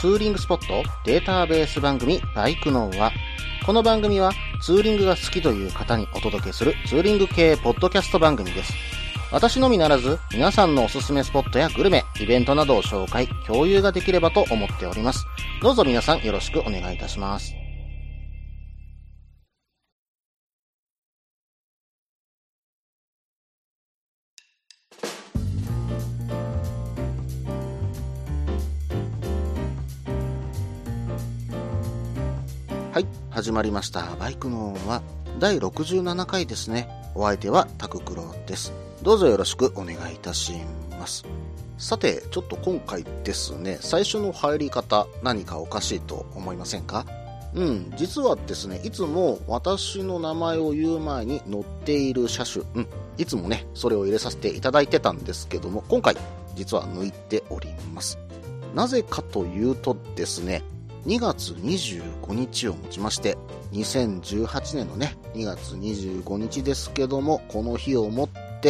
ツーリングスポットデータベース番組バイクノーは、この番組はツーリングが好きという方にお届けするツーリング系ポッドキャスト番組です。私のみならず皆さんのおすすめスポットやグルメ、イベントなどを紹介、共有ができればと思っております。どうぞ皆さんよろしくお願いいたします。はい、始まりましたバイクノーは第67回ですね。お相手はタククロです。どうぞよろしくお願いいたします。さて、ちょっと今回ですね、最初の入り方何かおかしいと思いませんか？実はですね、いつも私の名前を言う前に載っている車種、いつもね、それを入れさせていただいてたんですけども、今回実は抜いております。なぜかというとですね、2月25日をもちまして、2018年のね、2月25日ですけども、この日をもって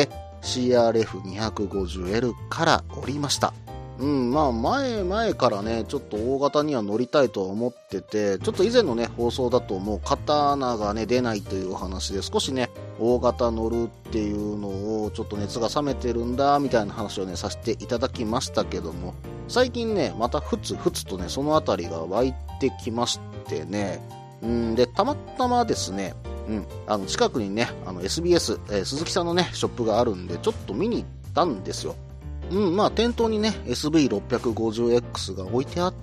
CRF250L から降りました。前からね、ちょっと大型には乗りたいとは思ってて、ちょっと以前のね、放送だともう刀がね、出ないというお話で少しね、大型乗るっていうのをちょっと熱が冷めてるんだ、みたいな話をね、させていただきましたけども、最近ね、またふつふつとね、そのあたりが湧いてきましてね、で、たまたまですね、近くにね、SBS、鈴木さんのね、ショップがあるんで、ちょっと見に行ったんですよ。店頭にね、SV650X が置いてあって、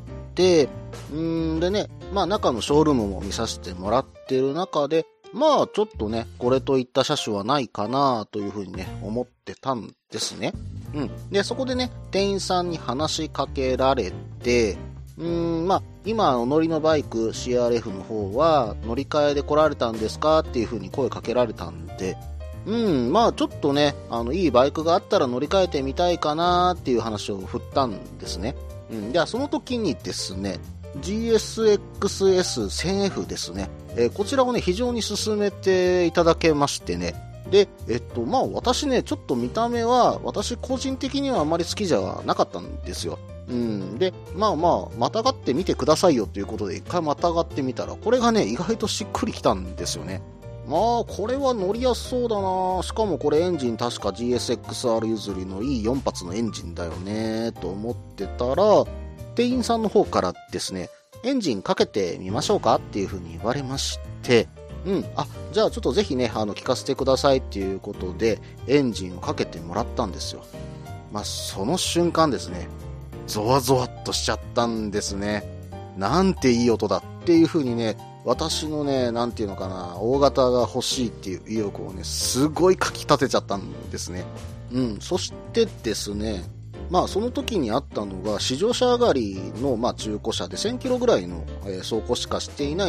でね、中のショールームも見させてもらってる中で、ちょっとね、これといった車種はないかなというふうにね、思ってたんですね。で、そこでね、店員さんに話しかけられて、今お乗りのバイク CRF の方は乗り換えで来られたんですかっていうふうに声かけられたんで、ちょっとね、いいバイクがあったら乗り換えてみたいかなっていう話を振ったんですね。じゃあその時にですね、GSX-S1000F ですね。こちらをね、非常に勧めていただけましてね。で、私ね、ちょっと見た目は、私個人的にはあまり好きじゃなかったんですよ。で、またがってみてくださいよということで、一回またがってみたら、これがね、意外としっくりきたんですよね。これは乗りやすそうだな。しかもこれエンジン確か GSX-R 譲りのいい4発のエンジンだよね、と思ってたら、店員さんの方からですね、エンジンかけてみましょうかっていう風に言われまして、じゃあちょっとぜひね、聞かせてくださいっていうことで、エンジンをかけてもらったんですよ。その瞬間ですね、ゾワゾワっとしちゃったんですね。なんていい音だっていう風にね、私のね、なんていうのかな、大型が欲しいっていう意欲をね、すごいかき立てちゃったんですね。そしてですね、その時にあったのが、試乗車上がりの、中古車で1000キロぐらいの、走行しかしていない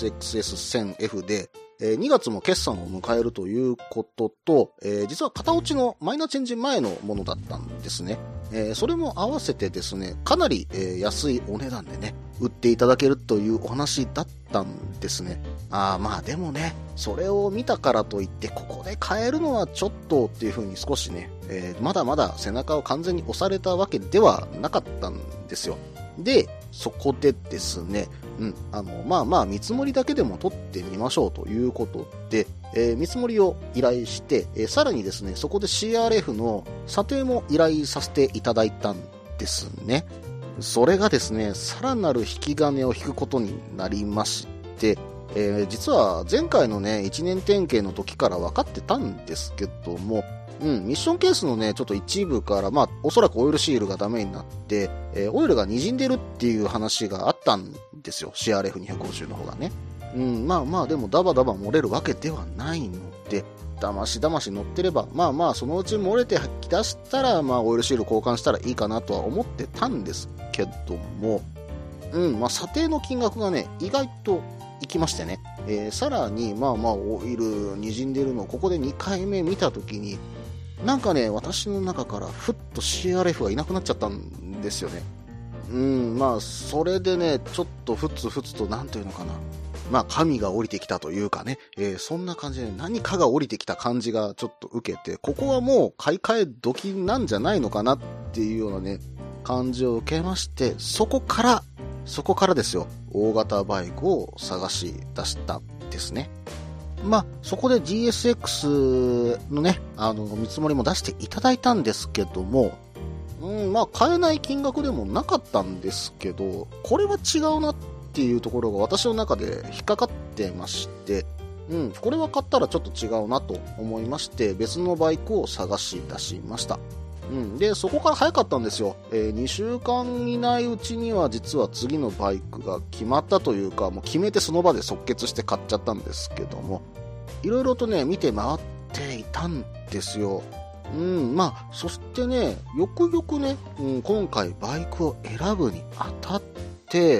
GSX-S1000F で、2月も決算を迎えるということと、実は型落ちのマイナーチェンジ前のものだったんですね。それも合わせてですね、かなり、安いお値段でね、売っていただけるというお話だったんですね。でもね、それを見たからといって、ここで買えるのはちょっとっていう風に少しね、まだまだ背中を完全に押されたわけではなかったんですよ。で、そこでですね、見積もりだけでも取ってみましょうということで、見積もりを依頼して、さらにですね、そこで CRF の査定も依頼させていただいたんですね。それがですね、さらなる引き金を引くことになりまして、実は前回のね、1年点検の時から分かってたんですけども、ミッションケースのね、ちょっと一部から、おそらくオイルシールがダメになって、オイルが滲んでるっていう話があったんですよ。CRF250 の方がね。でもダバダバ漏れるわけではないので、だまし乗ってれば、そのうち漏れて吐き出したら、オイルシール交換したらいいかなとは思ってたんですけども、査定の金額がね、意外といきましてね。さらに、オイル滲んでるのをここで2回目見たときに、なんかね、私の中からふっと CRF がいなくなっちゃったんですよね。それでね、ちょっとふつふつと、なんというのかな。神が降りてきたというかね、そんな感じで何かが降りてきた感じがちょっと受けて、ここはもう買い替え時なんじゃないのかなっていうようなね、感じを受けまして、そこからそこからですよ、大型バイクを探し出したんですね。そこで GSX のね、見積もりも出していただいたんですけども、買えない金額でもなかったんですけど、これは違うなっていうところが私の中で引っかかってまして、これは買ったらちょっと違うなと思いまして、別のバイクを探し出しました。で、そこから早かったんですよ。2週間以内うちには実は次のバイクが決まったというか、もう決めてその場で即決して買っちゃったんですけども、いろいろとね、見て回っていたんですよ。そしてね、よくよくね、今回バイクを選ぶにあたって、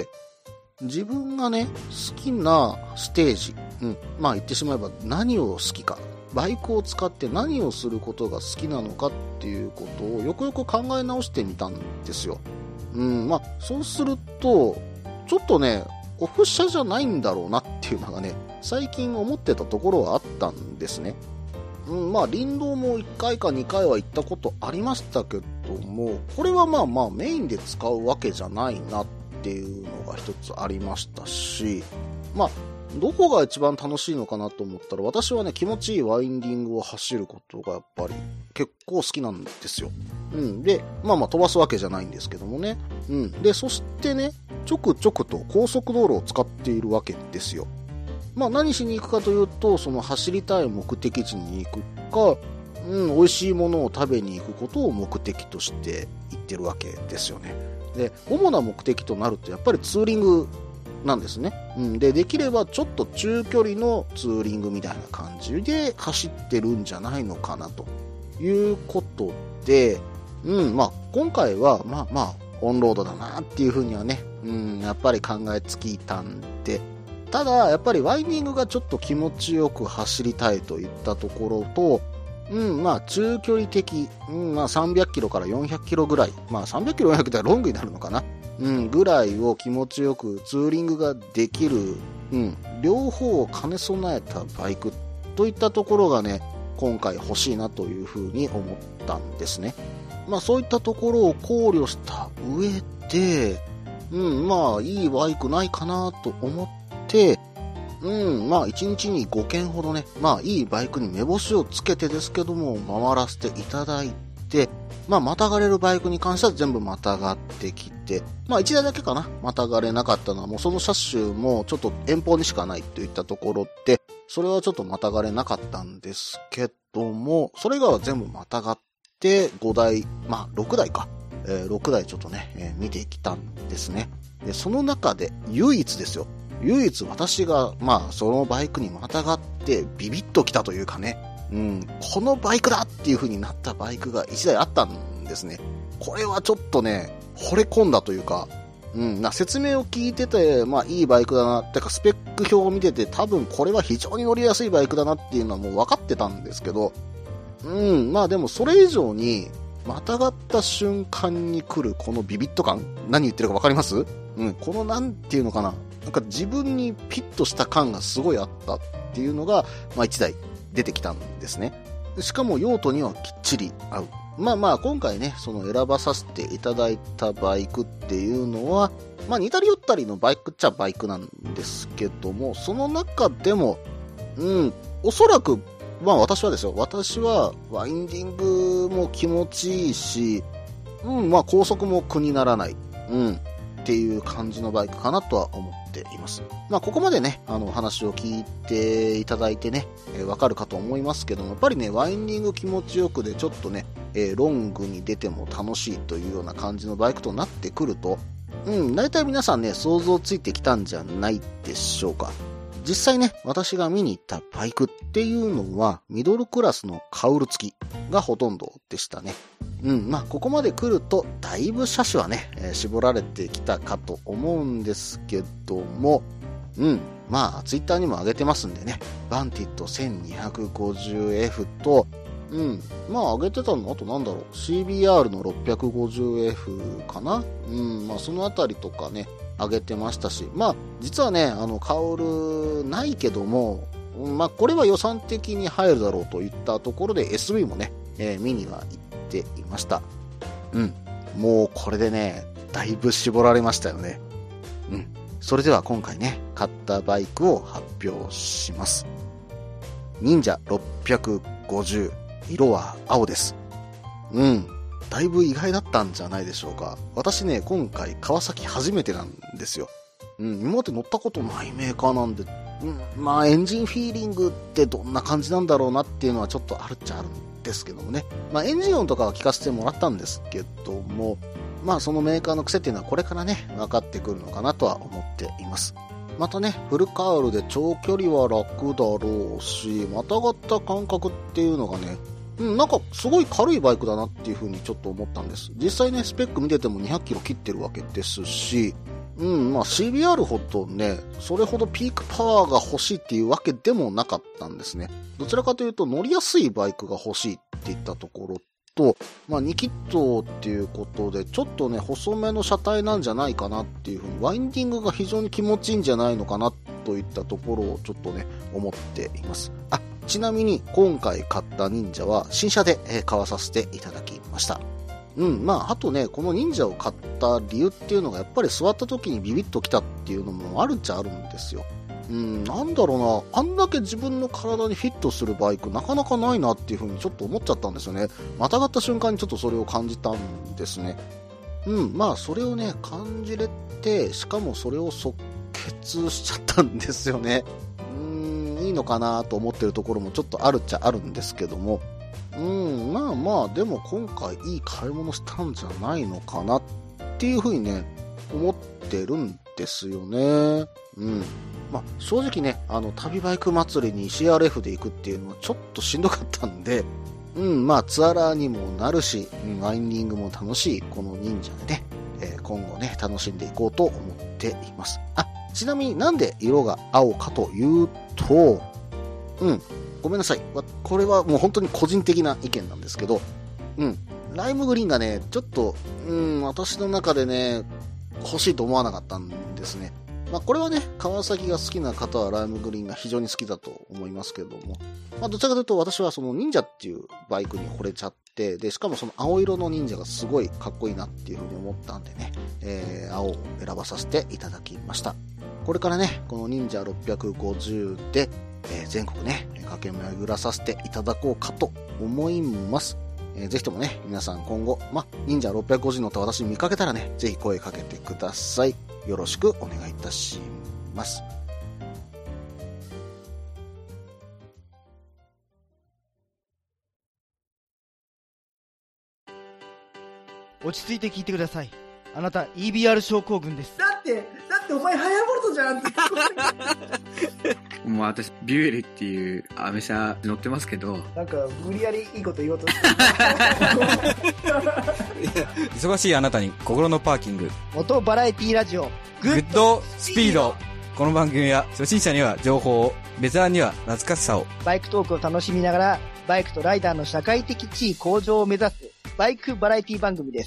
自分がね、好きなステージ、言ってしまえば何を好きか、バイクを使って何をすることが好きなのかっていうことをよくよく考え直してみたんですよ。そうすると、ちょっとね、オフ車じゃないんだろうなっていうのがね、最近思ってたところはあったんですね。林道も1回か2回は行ったことありましたけども、これはメインで使うわけじゃないなっていうのが一つありましたし、どこが一番楽しいのかなと思ったら、私はね、気持ちいいワインディングを走ることがやっぱり結構好きなんですよ。で、飛ばすわけじゃないんですけどもね。で、そしてね、ちょくちょくと高速道路を使っているわけですよ。何しに行くかというと、その走りたい目的地に行くか、美味しいものを食べに行くことを目的として行ってるわけですよね。で、主な目的となるとやっぱりツーリングなんですね。で、できればちょっと中距離のツーリングみたいな感じで走ってるんじゃないのかなということで、今回はオンロードだなっていうふうにはね、やっぱり考えつきたんで、ただやっぱりワインディングがちょっと気持ちよく走りたいといったところと、中距離的、300キロから400キロぐらい、300キロ400キロはロングになるのかな、ぐらいを気持ちよくツーリングができる、両方を兼ね備えたバイクといったところがね、今回欲しいなというふうに思ったんですね。そういったところを考慮した上で、いいバイクないかなと思って、1日に5件ほどね、いいバイクに目星をつけてですけども、回らせていただいて、またがれるバイクに関しては全部またがってきて、1台だけかな、またがれなかったのは、もうその車種もちょっと遠方にしかないといったところで、それはちょっとまたがれなかったんですけども、それ以外は全部またがって5台、6台か、6台ちょっとね、見てきたんですね。で、その中で唯一ですよ。唯一私が、そのバイクにまたがってビビッときたというかね、このバイクだっていう風になったバイクが1台あったんですね。これはちょっとね、惚れ込んだというか、説明を聞いてて、いいバイクだな、ってかスペック表を見てて、多分これは非常に乗りやすいバイクだなっていうのはもう分かってたんですけど、でもそれ以上に、またがった瞬間に来るこのビビッと感、何言ってるか分かります？このなんていうのかな、なんか自分にピッとした感がすごいあったっていうのが、1台出てきたんですね。しかも用途にはきっちり合う。今回ね、その選ばさせていただいたバイクっていうのは、似たり寄ったりのバイクっちゃバイクなんですけども、その中でも、おそらく、私はですよ、私はワインディングも気持ちいいし、高速も苦にならない。っていう感じのバイクかなとは思っています。ここまでね、お話を聞いていただいてね、わかるかと思いますけども、やっぱりね、ワインディング気持ちよくで、ちょっとね、ロングに出ても楽しいというような感じのバイクとなってくると、大体皆さんね、想像ついてきたんじゃないでしょうか。実際ね、私が見に行ったバイクっていうのは、ミドルクラスのカウル付きがほとんどでしたね。ここまで来ると、だいぶ車種はね、絞られてきたかと思うんですけども、ツイッターにも上げてますんでね、バンティット 1250F と、上げてたのあとなんだろう、CBR の 650F かな、そのあたりとかね、上げてましたし、実はね、カウルないけども、これは予算的に入るだろうといったところで SV もね、見には行っていました。もうこれでね、だいぶ絞られましたよね。 それでは今回ね、買ったバイクを発表します。忍者650、色は青です。だいぶ意外だったんじゃないでしょうか。私ね、今回川崎初めてなんですよ。今まで乗ったことないメーカーなんで、まあエンジンフィーリングってどんな感じなんだろうなっていうのはちょっとあるっちゃあるんですけどもね。まあエンジン音とかは聞かせてもらったんですけども、まあそのメーカーの癖っていうのはこれからね、分かってくるのかなとは思っています。またね、フルカールで長距離は楽だろうし、またがった感覚っていうのがね、なんかすごい軽いバイクだなっていう風にちょっと思ったんです。実際ね、スペック見てても200キロ切ってるわけですし、まあ CBR ほどね、それほどピークパワーが欲しいっていうわけでもなかったんですね。どちらかというと乗りやすいバイクが欲しいっていったところと、まあ2気筒っていうことで、ちょっとね、細めの車体なんじゃないかなっていう風に、ワインディングが非常に気持ちいいんじゃないのかなといったところをちょっとね、思っています。ちなみに今回買った忍者は新車で買わさせていただきました。まああとね、この忍者を買った理由っていうのがやっぱり座った時にビビッときたっていうのもあるっちゃあるんですよ。なんだろうな、あんだけ自分の体にフィットするバイクなかなかないなっていう風にちょっと思っちゃったんですよね。またがった瞬間にちょっとそれを感じたんですね。まあそれをね、感じれて、しかもそれを即決しちゃったんですよね。いいのかなと思ってるところもちょっとあるっちゃあるんですけども、まあまあでも今回いい買い物したんじゃないのかなっていう風にね、思ってるんですよね。まあ正直ね、旅バイク祭りに CRF で行くっていうのはちょっとしんどかったんで、まあツアラーにもなるし、ワインディングも楽しいこの忍者でね、今後ね、楽しんでいこうと思っています。ちなみになんで色が青かというと、ごめんなさい。これはもう本当に個人的な意見なんですけど、ライムグリーンがね、ちょっと、私の中でね、欲しいと思わなかったんですね。まあこれはね、川崎が好きな方はライムグリーンが非常に好きだと思いますけども、まあどちらかというと私はその忍者っていうバイクに惚れちゃって、で、しかもその青色の忍者がすごいかっこいいなっていうふうに思ったんでね、青を選ばさせていただきました。これからね、この忍者650で、全国ね、駆け巡らさせていただこうかと思います。ぜひともね、皆さん今後、忍者650乗った私見かけたらね、ぜひ声かけてください。よろしくお願いいたします。 落ち着いて聞いてください。あなた EBR 症候群です。 だってお前ハヤボルトじゃんってもう私ビュエルっていうアメ車乗ってますけど、 なんか無理やりいいこと言おうとして忙しいあなたに心のパーキング、 元バラエティラジオグッドスピード。この番組は初心者には情報を、ベテランには懐かしさを、 バイクトークを楽しみながらバイクとライダーの社会的地位向上を目指すバイクバラエティ番組です。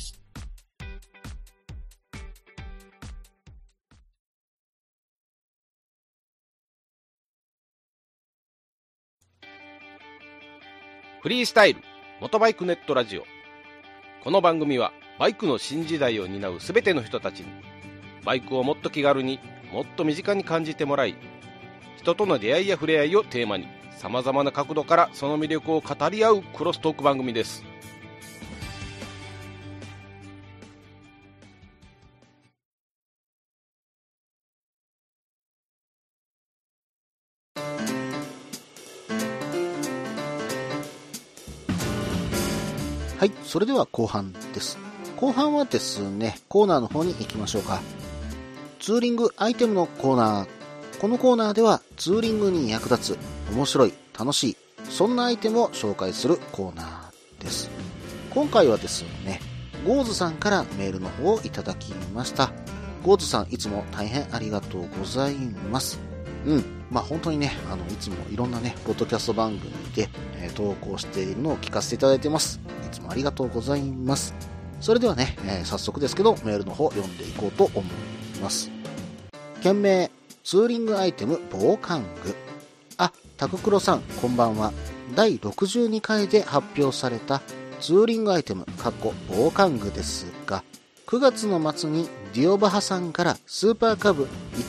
フリースタイル元バイクネットラジオ。この番組はバイクの新時代を担うすべての人たちにバイクをもっと気軽にもっと身近に感じてもらい、人との出会いや触れ合いをテーマにさまざまな角度からその魅力を語り合うクロストーク番組です。 はい、それでは後半です。後半はですね、コーナーの方に行きましょうか。ツーリングアイテムのコーナー。このコーナーではツーリングに役立つ、面白い、楽しい、そんなアイテムを紹介するコーナーです。今回はですね、ゴーズさんからメールの方をいただきました。ゴーズさん、いつも大変ありがとうございます。本当にね、いつもいろんなね、ポッドキャスト番組で、投稿しているのを聞かせていただいてます。いつもありがとうございます。それではね、早速ですけど、メールの方読んでいこうと思います。件名、ツーリングアイテム防寒具。タククロさん、こんばんは。第62回で発表されたツーリングアイテム、防寒具ですが、 9月の末にディオバハさんからスーパーカブ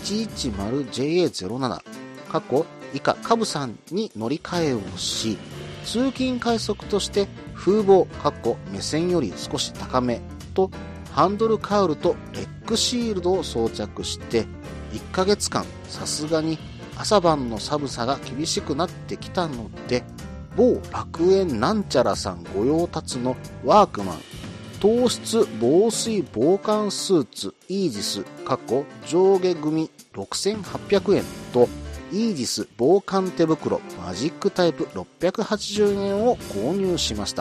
110JA07 以下カブさんに乗り換えをし、通勤快速として風防目線より少し高めとハンドルカウルとレックシールドを装着して1ヶ月間さすがに朝晩の寒さが厳しくなってきたので、某楽園なんちゃらさん御用達のワークマン糖質防水防寒スーツイージス上下組6800円とイージス防寒手袋マジックタイプ680円を購入しました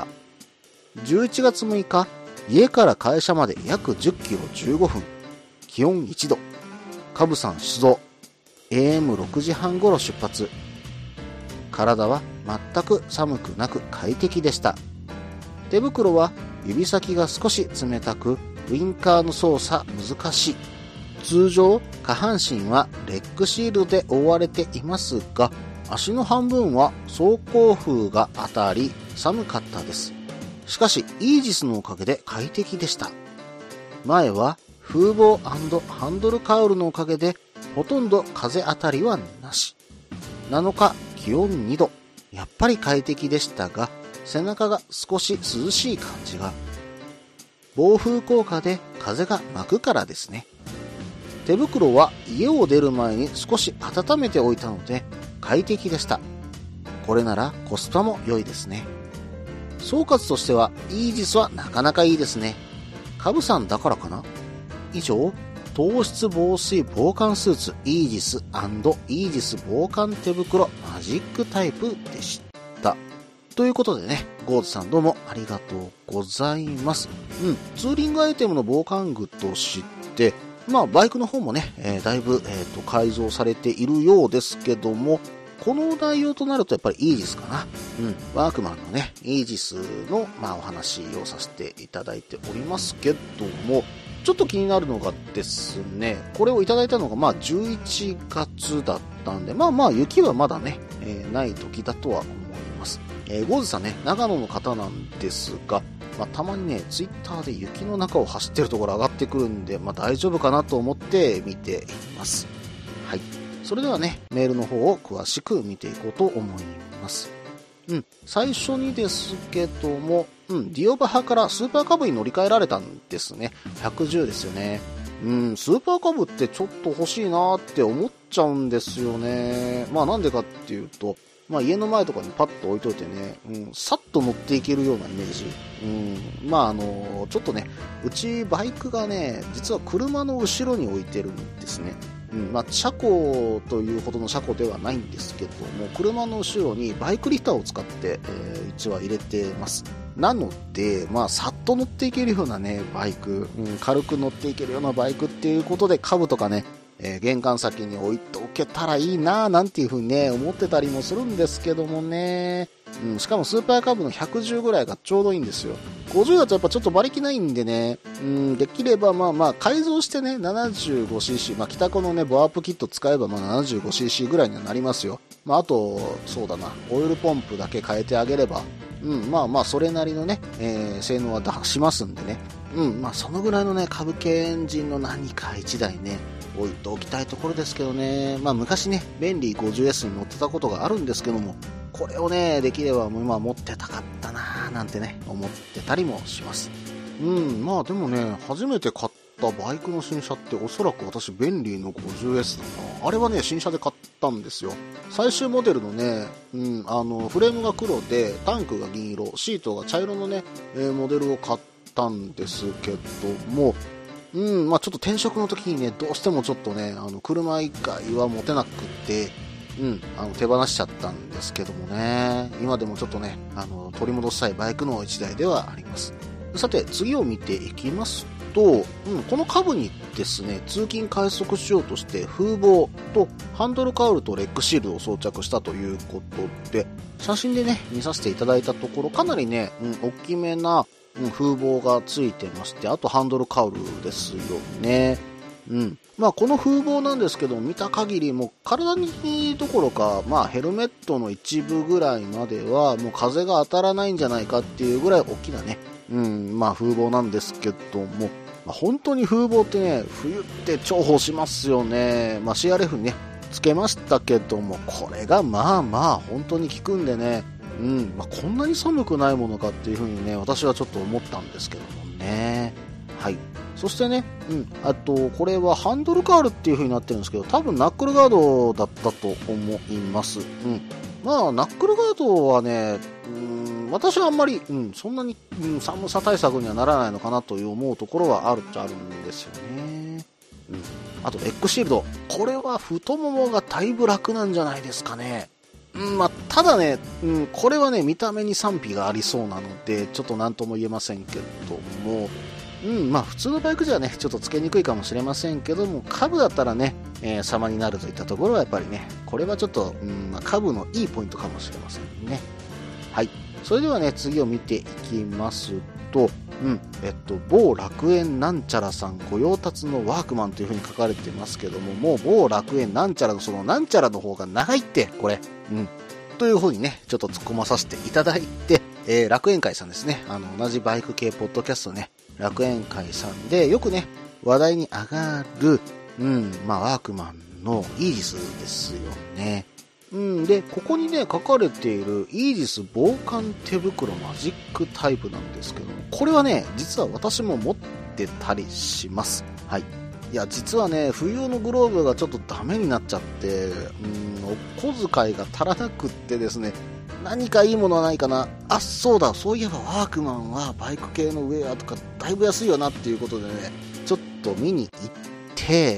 。11月6日、家から会社まで約10キロ15分、気温1度、カブさん出動、AM6 時半頃出発。体は全く寒くなく快適でした。手袋は指先が少し冷たく、ウインカーの操作難しい。通常、下半身はレックシールドで覆われていますが、足の半分は走行風が当たり寒かったです。しかし、イージスのおかげで快適でした。前は風防&ハンドルカウルのおかげでほとんど風当たりはなし。7日、気温2度。やっぱり快適でしたが、背中が少し涼しい感じが。暴風効果で風が巻くからですね。手袋は家を出る前に少し温めておいたので快適でした。これならコスパも良いですね。総括としてはイージスはなかなかいいですね。カブさんだからかな。以上、糖質防水防寒スーツイージス&イージス防寒手袋マジックタイプでした。ということでね、ゴーズさんどうもありがとうございます。ツーリングアイテムの防寒具として、バイクの方もね、だいぶ、改造されているようですけども、この内容となるとやっぱりイージスかな。ワークマンのね、イージスの、お話をさせていただいておりますけども、ちょっと気になるのがですね、これをいただいたのが11月だったんで、雪はまだね、ない時だとは思います。ゴーズさんね、長野の方なんですが、たまにね、ツイッターで雪の中を走ってるところ上がってくるんで、大丈夫かなと思って見ています。はい。それではね、メールの方を詳しく見ていこうと思います。最初にですけども、ディオバハからスーパーカブに乗り換えられたんですね。110ですよね。スーパーカブってちょっと欲しいなって思っちゃうんですよね。なんでかっていうと、家の前とかにパッと置いといてね、さっと乗っていけるようなイメージ。ちょっとね、うちバイクがね、実は車の後ろに置いてるんですね。車庫というほどの車庫ではないんですけども、車の後ろにバイクリフターを使って、一応入れてます。なので、さっと乗っていけるようなね、バイク、軽く乗っていけるようなバイクっていうことで、カブとかね、玄関先に置いておけたらいいなぁなんていう風にね、思ってたりもするんですけどもね。しかもスーパーカブの110ぐらいがちょうどいいんですよ。50だとやっぱちょっと馬力ないんでね、できれば改造してね、75cc、北コのね、ボアップキット使えば75cc ぐらいにはなりますよ。あと、そうだな、オイルポンプだけ変えてあげれば、それなりのね、性能は出しますんでね。そのぐらいのね、株系エンジンの何か1台ね、置いておきたいところですけどね。昔ね、便利 50S に乗ってたことがあるんですけども、これをね、できれば持ってたかったなぁなんてね、思ってたりもします。でもね、初めて買ったバイクの新車っておそらく私便利の 50S だな。あれはね、新車で買ったんですよ。最終モデルのね、フレームが黒で、タンクが銀色、シートが茶色のね、モデルを買ったんですけども、ちょっと転職の時にね、どうしてもちょっとね、車以外は持てなくて、手放しちゃったんですけどもね、今でもちょっとね、取り戻したいバイクの一台ではあります。さて、次を見ていきますと、このカブにですね、通勤快速しようとして、風防とハンドルカウルとレックシールドを装着したということで、写真でね、見させていただいたところ、かなりね、大きめな、風防がついてまして、あとハンドルカウルですよね。この風防なんですけど、見た限りもう体にどころか、ヘルメットの一部ぐらいまではもう風が当たらないんじゃないかっていうぐらい大きなね、風防なんですけども、 本当に風防ってね、冬って重宝しますよね。CRF にね、つけましたけども、これが本当に効くんでね、こんなに寒くないものかっていう風にね、私はちょっと思ったんですけどもね。はい。そしてね、あと、これはハンドルカールっていう風になってるんですけど、多分ナックルガードだったと思います。ナックルガードはね、私はあんまり、そんなに、寒さ対策にはならないのかなという思うところはあるっちゃあるんですよね。あと、レッグシールド。これは太ももがだいぶ楽なんじゃないですかね。ただね、これはね、見た目に賛否がありそうなので、ちょっと何とも言えませんけども、普通のバイクじゃね、ちょっとつけにくいかもしれませんけども、カブだったらね、様になるといったところはやっぱりね、これはちょっと、カブのいいポイントかもしれませんね。はい。それではね、次を見ていきますと、某楽園なんちゃらさん御用達のワークマンという風に書かれてますけども、もう某楽園なんちゃらのそのなんちゃらの方が長いって、これ。という風にね、ちょっと突っ込まさせていただいて、楽園会さんですね。同じバイク系ポッドキャストね、楽園会さんでよくね、話題に上がる、ワークマンのイージスですよね。で、ここにね、書かれているイージス防寒手袋マジックタイプなんですけども、これはね、実は私も持ってたりします。はい。いや、実はね、冬用のグローブがちょっとダメになっちゃって、お小遣いが足らなくってですね、何かいいものはないかな。そうだ、そういえばワークマンはバイク系のウェアとかだいぶ安いよなっていうことでね、ちょっと見に行って、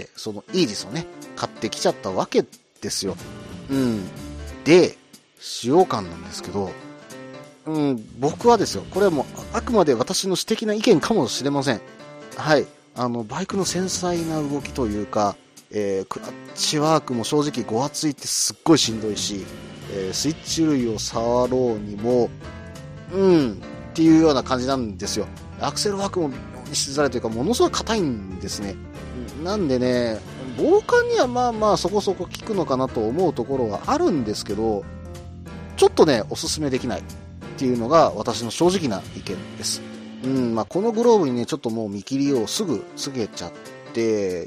そのイージスをね、買ってきちゃったわけですよ。で、使用感なんですけど、僕はですよ、これはもうあくまで私の私的な意見かもしれません。はい。バイクの繊細な動きというか、クラッチワークも正直ごわついてすっごいしんどいし、スイッチ類を触ろうにも、っていうような感じなんですよ。アクセルワークも微妙にしづらいというか、ものすごい硬いんですね。なんでね、防寒にはそこそこ効くのかなと思うところはあるんですけど、ちょっとね、おすすめできないっていうのが私の正直な意見です。このグローブにね、ちょっともう見切りをすぐつけちゃって、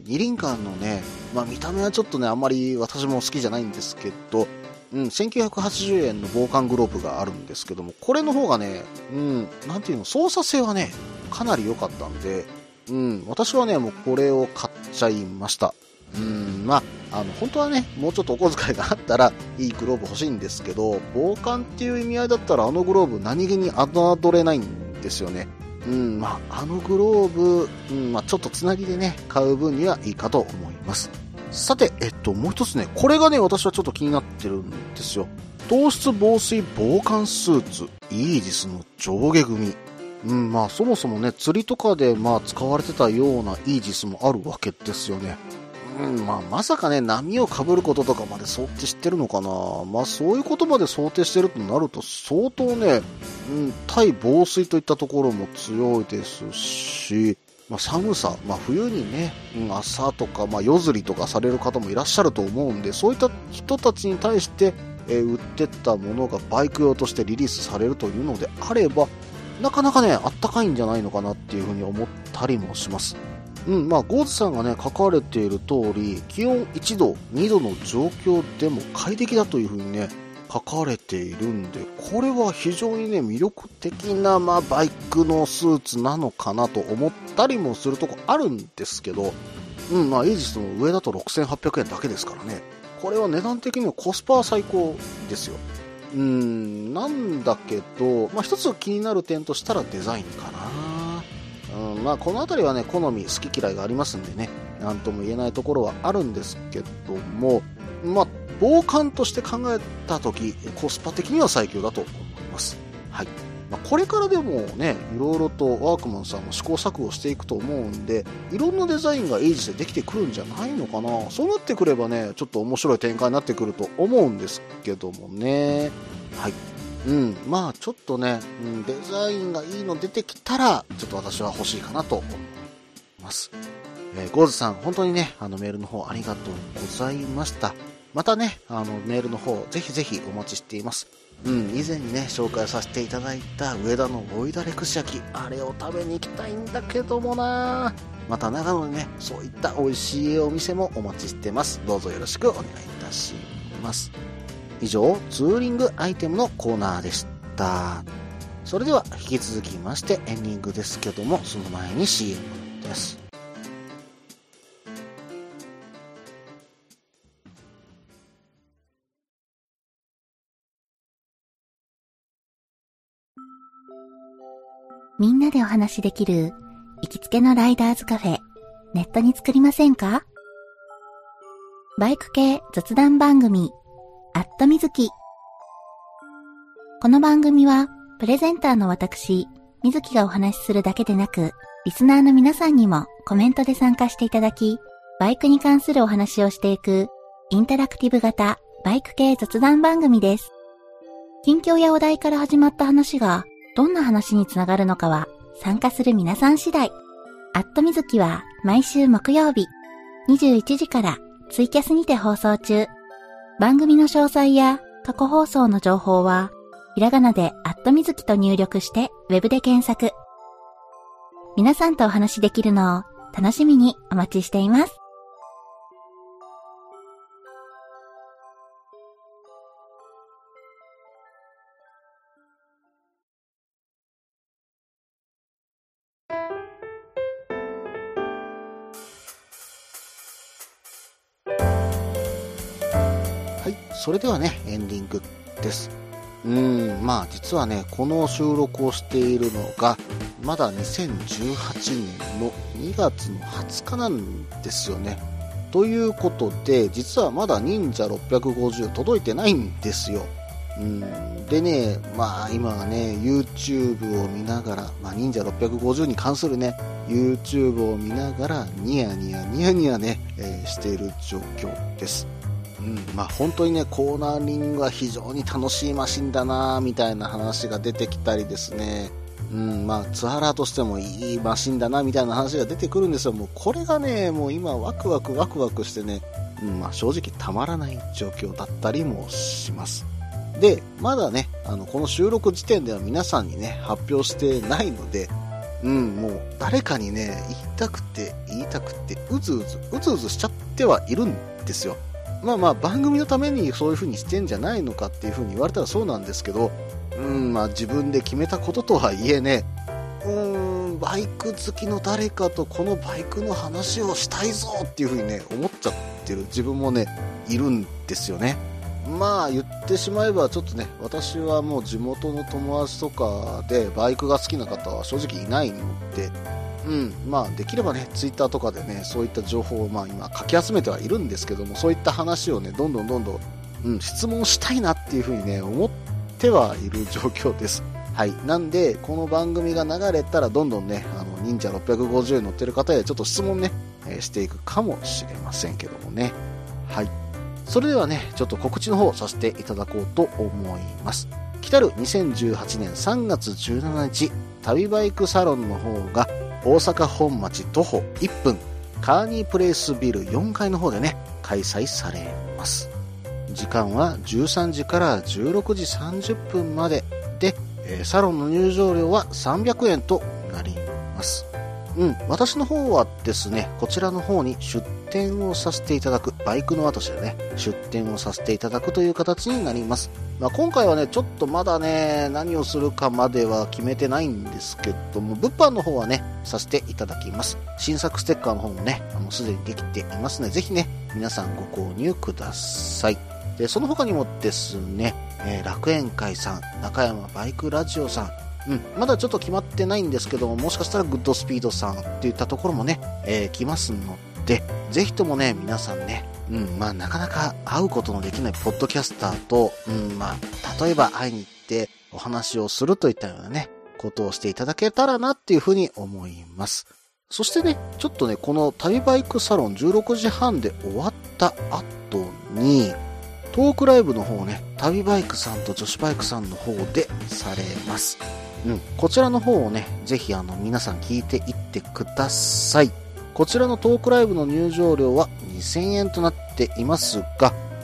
二輪館のね、見た目はちょっとね、あんまり私も好きじゃないんですけど、1980円の防寒グローブがあるんですけども、これの方がね、なんていうの、操作性はね、かなり良かったんで、私はね、もうこれを買っちゃいました。本当はね、もうちょっとお小遣いがあったらいいグローブ欲しいんですけど、防寒っていう意味合いだったらあのグローブ何気に侮れないんですよね。あのグローブ、ちょっとつなぎでね、買う分にはいいかと思います。さて、もう一つね、これがね、私はちょっと気になってるんですよ。糖質防水防寒スーツ、イージスの上下組。そもそもね、釣りとかで使われてたようなイージスもあるわけですよね。まさかね、波を被ることとかまで想定してるのかな。そういうことまで想定してるとなると、相当ね、対防水といったところも強いですし、寒さ、冬にね、朝とか、夜釣りとかされる方もいらっしゃると思うんで、そういった人たちに対して、売ってたものがバイク用としてリリースされるというのであれば、なかなかね、あったかいんじゃないのかなっていうふうに思ったりもします。ゴーズさんがね、書かれている通り、気温1度、2度の状況でも快適だというふうにね、書かれているんで、これは非常にね、魅力的な、バイクのスーツなのかなと思ったりもするとこあるんですけど、イージスの上だと6800円だけですからね、これは値段的にはコスパは最高ですよ。なんだけど、一つ気になる点としたらデザインかな。このあたりはね、好み、好き嫌いがありますんでね、なんとも言えないところはあるんですけども、防寒として考えたとき、コスパ的には最強だと思います。はい。これからでもね、いろいろとワークマンさんも試行錯誤していくと思うんで、いろんなデザインがイージスでできてくるんじゃないのかな。そうなってくればね、ちょっと面白い展開になってくると思うんですけどもね。はい。ちょっとね、デザインがいいの出てきたら、ちょっと私は欲しいかなと思います。ゴーズさん、本当にね、メールの方ありがとうございました。 またね、メールの方、ぜひぜひお待ちしています。以前にね、紹介させていただいた上田のボイダレ串焼き、あれを食べに行きたいんだけどもな。また長野でね、そういった美味しいお店もお待ちしてます。どうぞよろしくお願いいたします。以上、ツーリングアイテムのコーナーでした。それでは引き続きましてエンディングですけども、その前に CM です。 みんなでお話しできる行きつけのライダーズカフェ、ネットに作りませんか？バイク系雑談番組、みずき。この番組はプレゼンターの私、みずきがお話しするだけでなく、リスナーの皆さんにもコメントで参加していただき、バイクに関するお話をしていくインタラクティブ型バイク系雑談番組です。近況やお題から始まった話がどんな話につながるのかは参加する皆さん次第。みずきは毎週木曜日21時からツイキャスにて放送中。番組の詳細や過去放送の情報はひらがなでみずきと入力してウェブで検索。皆さんとお話しできるのを楽しみにお待ちしています。 はい、それではね、エンディングです。実はね、この収録をしているのが、まだ2018年の2月の20日なんですよね。ということで、実はまだ忍者650届いてないんですよ。でね、今はね、YouTube を見ながら、忍者650に関するね、YouTube を見ながら、ニヤニヤね、している状況です。本当にね、コーナーリングは非常に楽しいマシンだなみたいな話が出てきたりですね。ツアラーとしてもいいマシンだなみたいな話が出てくるんですよ。もうこれがね、もう今ワクワクしてね、正直たまらない状況だったりもします。で、まだね、この収録時点では皆さんにね、発表してないので、もう誰かにね、言いたくて、うずうずしちゃってはいるんですよ。番組のためにそういう風にしてんじゃないのかっていう風に言われたらそうなんですけど、自分で決めたこととはいえね、バイク好きの誰かとこのバイクの話をしたいぞっていう風にね、思っちゃってる自分もね、いるんですよね。言ってしまえばちょっとね、私はもう地元の友達とかでバイクが好きな方は正直いないので、できればね、ツイッターとかでね、そういった情報を今書き集めてはいるんですけども、そういった話をね、どんどん、質問したいなっていう風にね、思ってはいる状況です。はい。なんで、この番組が流れたらどんどんね、忍者650に乗ってる方へちょっと質問ね、していくかもしれませんけどもね。はい。それではね、ちょっと告知の方させていただこうと思います。来たる2018年3月17日、旅バイクサロンの方が大阪本町徒歩1分、カーニープレイスビル4階の方でね、開催されます。時間は13時から16時30分までで、サロンの入場料は300円となります。私の方はですね、こちらの方に出店をさせていただく、バイクの輪としてね、出店をさせていただくという形になります。今回はね、ちょっとまだね、何をするかまでは決めてないんですけども、物販の方はね、させていただきます。新作ステッカーの方もね、すでにできていますので、ぜひね、皆さんご購入ください。で、その他にもですね、楽園会さん、中山バイクラジオさん、まだちょっと決まってないんですけども、もしかしたらグッドスピードさんっていったところもね、来ますので、ぜひともね、皆さんね、なかなか会うことのできないポッドキャスターと、例えば会いに行ってお話をするといったようなね、ことをしていただけたらなっていうふうに思います。そしてね、ちょっとね、この旅バイクサロン16時半で終わった後に、トークライブの方ね、旅バイクさんと女子バイクさんの方でされます。こちらの方をね、ぜひ皆さん聞いていってください。こちらのトークライブの入場料は2000円となっていますが、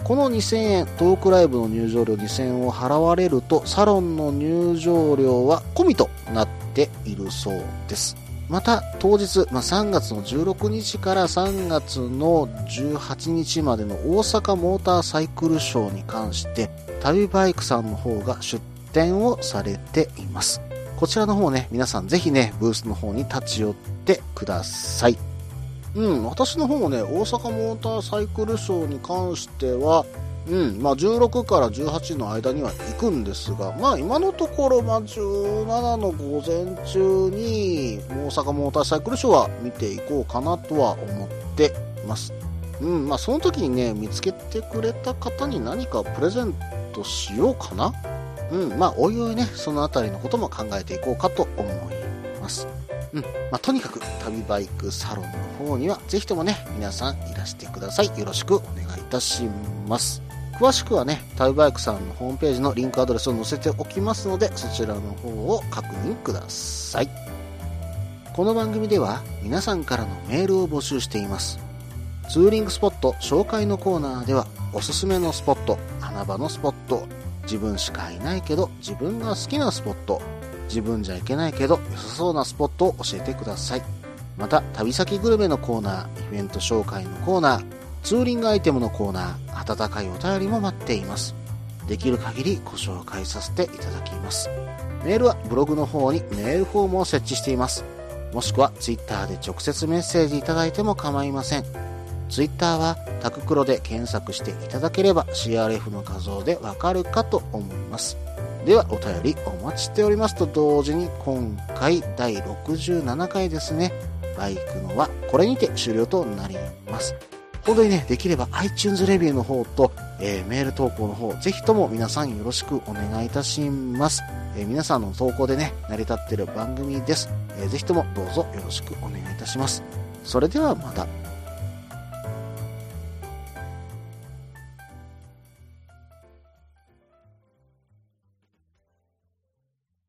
この2000円、トークライブの入場料2000円を払われると、サロンの入場料は込みとなっているそうです。また、当日、3月の16日から3月の18日までの大阪モーターサイクルショーに関して、旅バイクさんの方が出展をされています。こちらの方ね、皆さんぜひね、ブースの方に立ち寄ってください。私の方もね、大阪モーターサイクルショーに関しては、16から18の間には行くんですが、今のところ、17の午前中に、大阪モーターサイクルショーは見ていこうかなとは思っています。その時にね、見つけてくれた方に何かプレゼントしようかな。おいおいね、そのあたりのことも考えていこうかと思います。とにかく、旅バイクサロンの方には、ぜひともね、皆さんいらしてください。よろしくお願いいたします。詳しくはね、旅バイクさんのホームページのリンクアドレスを載せておきますので、そちらの方を確認ください。この番組では、皆さんからのメールを募集しています。ツーリングスポット紹介のコーナーでは、おすすめのスポット、穴場のスポット、自分しかいないけど自分が好きなスポット、自分じゃいけないけど良さそうなスポットを教えてください。また、旅先グルメのコーナー、イベント紹介のコーナー、ツーリングアイテムのコーナー、温かいお便りも待っています。できる限りご紹介させていただきます。メールはブログの方にメールフォームを設置しています。もしくはツイッターで直接メッセージいただいても構いません。ツイッターはタククロで検索していただければ CRF の画像でわかるかと思います。ではお便りお待ちしておりますと同時に、今回第67回ですね、バイクのはこれにて終了となります。本当にね、できれば iTunes レビューの方と、メール投稿の方、ぜひとも皆さんよろしくお願いいたします。皆さんの投稿でね、成り立っている番組です。ぜひともどうぞよろしくお願いいたします。それではまた。